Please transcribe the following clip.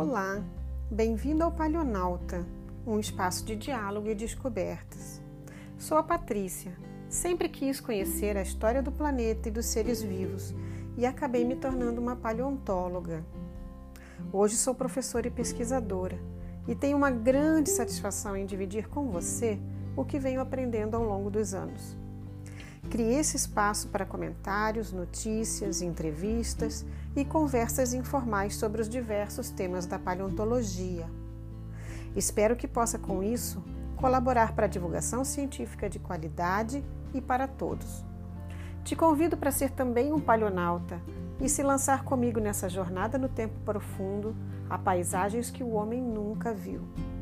Olá, bem-vindo ao Paleonauta, um espaço de diálogo e descobertas. Sou a Patrícia, sempre quis conhecer a história do planeta e dos seres vivos e acabei me tornando uma paleontóloga. Hoje sou professora e pesquisadora e tenho uma grande satisfação em dividir com você o que venho aprendendo ao longo dos anos. Criei esse espaço para comentários, notícias, entrevistas e conversas informais sobre os diversos temas da paleontologia. Espero que possa, com isso, colaborar para a divulgação científica de qualidade e para todos. Te convido para ser também um paleonauta e se lançar comigo nessa jornada no tempo profundo a paisagens que o homem nunca viu.